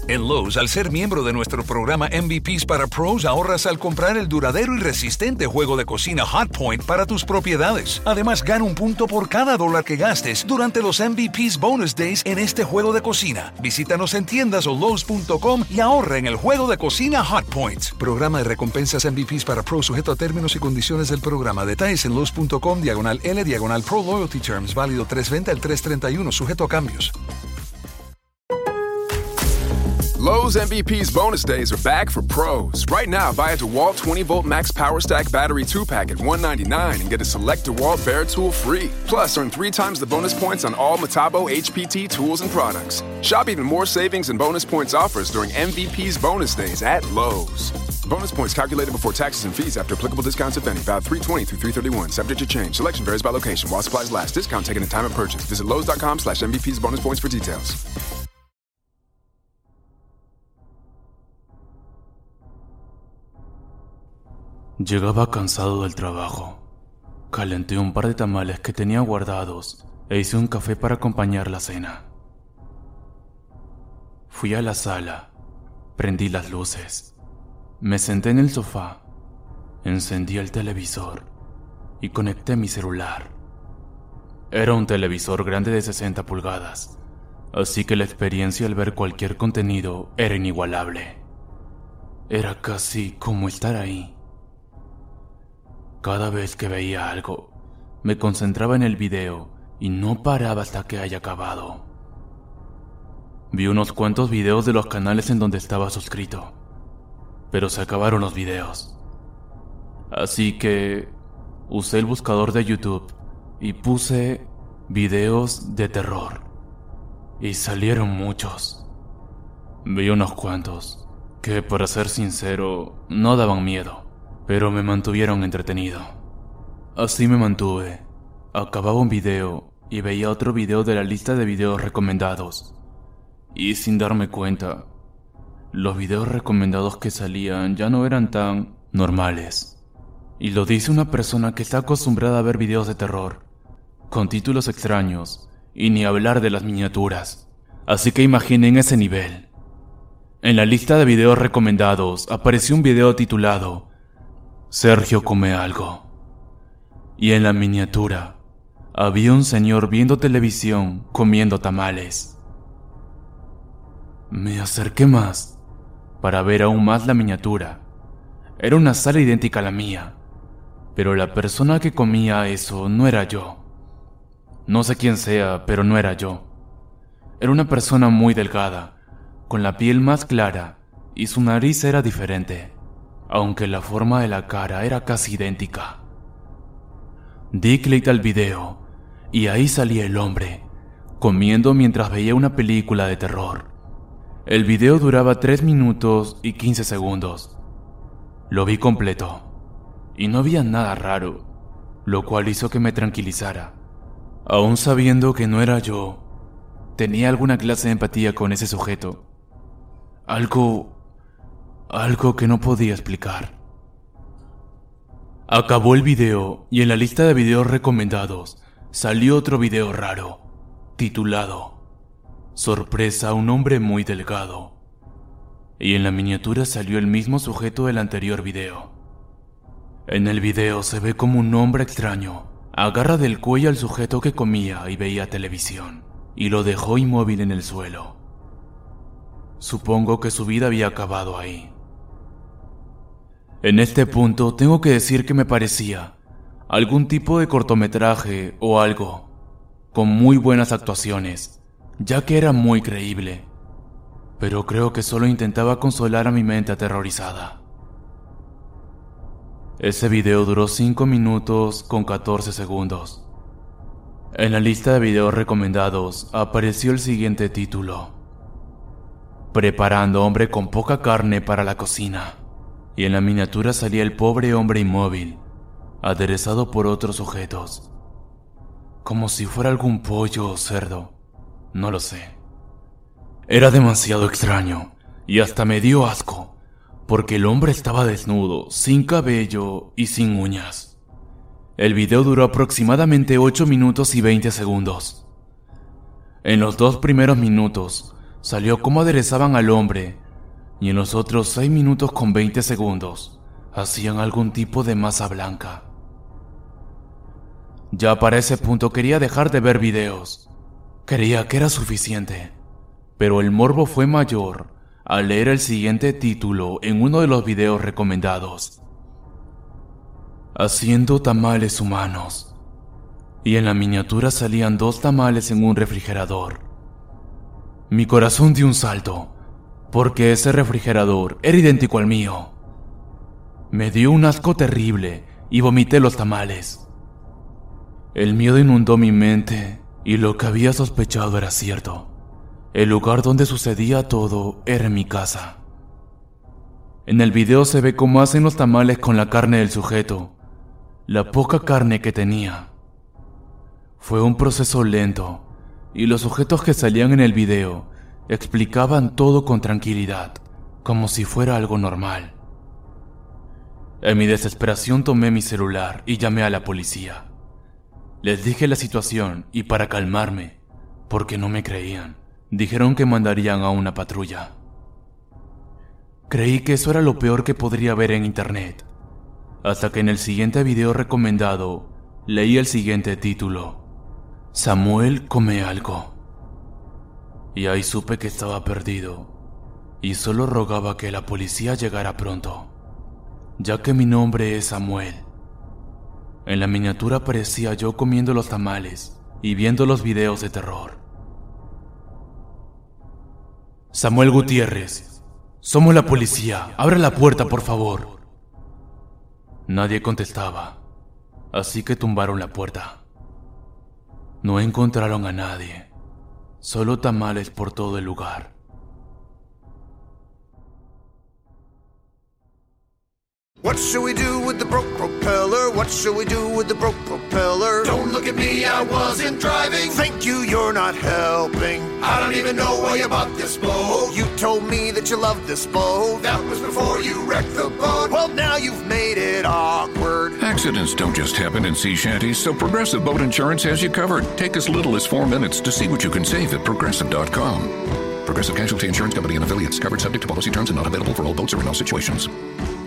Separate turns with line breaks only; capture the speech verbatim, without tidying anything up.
En Lowe's, al ser miembro de nuestro programa M V Ps para Pros, ahorras al comprar el duradero y resistente juego de cocina Hotpoint para tus propiedades. Además, gana un punto por cada dólar que gastes durante los M V Ps Bonus Days en este juego de cocina. Visítanos en tiendas o Lowe's punto com y ahorra en el juego de cocina Hotpoint. Programa de recompensas M V Ps para Pros sujeto a términos y condiciones del programa. Detalles en Lowe's punto com, diagonal L, diagonal Pro Loyalty Terms. Válido tres veinte al tres treinta y uno, sujeto a cambios.
Lowe's M V Ps Bonus Days are back for pros. Right now, buy a DeWalt twenty volt Max Power Stack Battery two pack at one ninety-nine and get a select DeWalt Bear tool free. Plus, earn three times the bonus points on all Metabo H P T tools and products. Shop even more savings and bonus points offers during M V Ps Bonus Days at Lowe's. Bonus points calculated before taxes and fees after applicable discounts, if any. Valid three twenty through three thirty-one. Subject to change. Selection varies by location. While supplies last. Discount taken at time of purchase. Visit Lowe's dot com slash M V Ps bonus points for details.
Llegaba cansado del trabajo. Calenté un par de tamales que tenía guardados e hice un café para acompañar la cena. Fui a la sala, prendí las luces, me senté en el sofá, encendí el televisor y conecté mi celular. Era un televisor grande de sesenta pulgadas, así que la experiencia al ver cualquier contenido era inigualable. Era casi como estar ahí. Cada vez que veía algo, me concentraba en el video y no paraba hasta que haya acabado. Vi unos cuantos videos de los canales en donde estaba suscrito, pero se acabaron los videos. Así que usé el buscador de YouTube y puse videos de terror. Y salieron muchos. Vi unos cuantos que, para ser sincero, no daban miedo, pero me mantuvieron entretenido. Así me mantuve. Acababa un video y veía otro video de la lista de videos recomendados. Y sin darme cuenta, los videos recomendados que salían ya no eran tan normales. Y lo dice una persona que está acostumbrada a ver videos de terror, con títulos extraños, y ni hablar de las miniaturas. Así que imaginen ese nivel. En la lista de videos recomendados apareció un video titulado Sergio come algo. Y en la miniatura había un señor viendo televisión comiendo tamales. Me acerqué más para ver aún más la miniatura. Era una sala idéntica a la mía, pero la persona que comía eso no era yo. No sé quién sea, pero no era yo. Era una persona muy delgada, con la piel más clara y su nariz era diferente, aunque la forma de la cara era casi idéntica. Di clic al video y ahí salía el hombre, comiendo mientras veía una película de terror. El video duraba tres minutos y quince segundos. Lo vi completo y no había nada raro, lo cual hizo que me tranquilizara. Aún sabiendo que no era yo, tenía alguna clase de empatía con ese sujeto. Algo... algo que no podía explicar. Acabó el video y en la lista de videos recomendados salió otro video raro, titulado Sorpresa, un hombre muy delgado. Y en la miniatura salió el mismo sujeto del anterior video. En el video se ve como un hombre extraño agarra del cuello al sujeto que comía y veía televisión, y lo dejó inmóvil en el suelo. Supongo que su vida había acabado ahí. En este punto tengo que decir que me parecía algún tipo de cortometraje o algo, con muy buenas actuaciones, ya que era muy creíble, pero creo que solo intentaba consolar a mi mente aterrorizada. Ese video duró cinco minutos con catorce segundos. En la lista de videos recomendados apareció el siguiente título: Preparando hombre con poca carne para la cocina. Y en la miniatura salía el pobre hombre inmóvil, aderezado por otros sujetos, como si fuera algún pollo o cerdo, no lo sé. Era demasiado extraño y hasta me dio asco, porque el hombre estaba desnudo, sin cabello y sin uñas. El video duró aproximadamente ocho minutos y veinte segundos. En los dos primeros minutos Salió cómo aderezaban al hombre y en los otros seis minutos con veinte segundos hacían algún tipo de masa blanca. Ya para ese punto quería dejar de ver videos. Creía que era suficiente, pero el morbo fue mayor al leer el siguiente título en uno de los videos recomendados: Haciendo tamales humanos. Y en la miniatura salían dos tamales en un refrigerador. Mi corazón dio un salto, porque ese refrigerador era idéntico al mío. Me dio un asco terrible y vomité los tamales. El miedo inundó mi mente y lo que había sospechado era cierto. El lugar donde sucedía todo era en mi casa. En el video se ve cómo hacen los tamales con la carne del sujeto, la poca carne que tenía. Fue un proceso lento y los sujetos que salían en el video explicaban todo con tranquilidad, como si fuera algo normal. En mi desesperación tomé mi celular y llamé a la policía. Les dije la situación y para calmarme, porque no me creían, dijeron que mandarían a una patrulla. Creí que eso era lo peor que podría ver en internet, hasta que en el siguiente video recomendado leí el siguiente título: Samuel come algo. Y ahí supe que estaba perdido y solo rogaba que la policía llegara pronto, ya que mi nombre es Samuel. En la miniatura aparecía yo comiendo los tamales y viendo los videos de terror. Samuel Gutiérrez, somos la policía, abre la puerta por favor. Nadie contestaba, así que tumbaron la puerta. No encontraron a nadie, solo tamales por todo el lugar.
What should we do with the broke propeller? What should we do with the broke propeller?
Don't look at me, I wasn't driving.
Thank you, you're not helping.
I don't even know why you bought this boat.
You told me that you loved this boat.
That was before you wrecked the boat.
Well, now you've made it awkward.
Accidents don't just happen in sea shanties, so Progressive Boat Insurance has you covered. Take as little as four minutes to see what you can save at Progressive dot com. Progressive Casualty Insurance Company and affiliates. Covered subject to policy terms and not available for all boats or in all situations.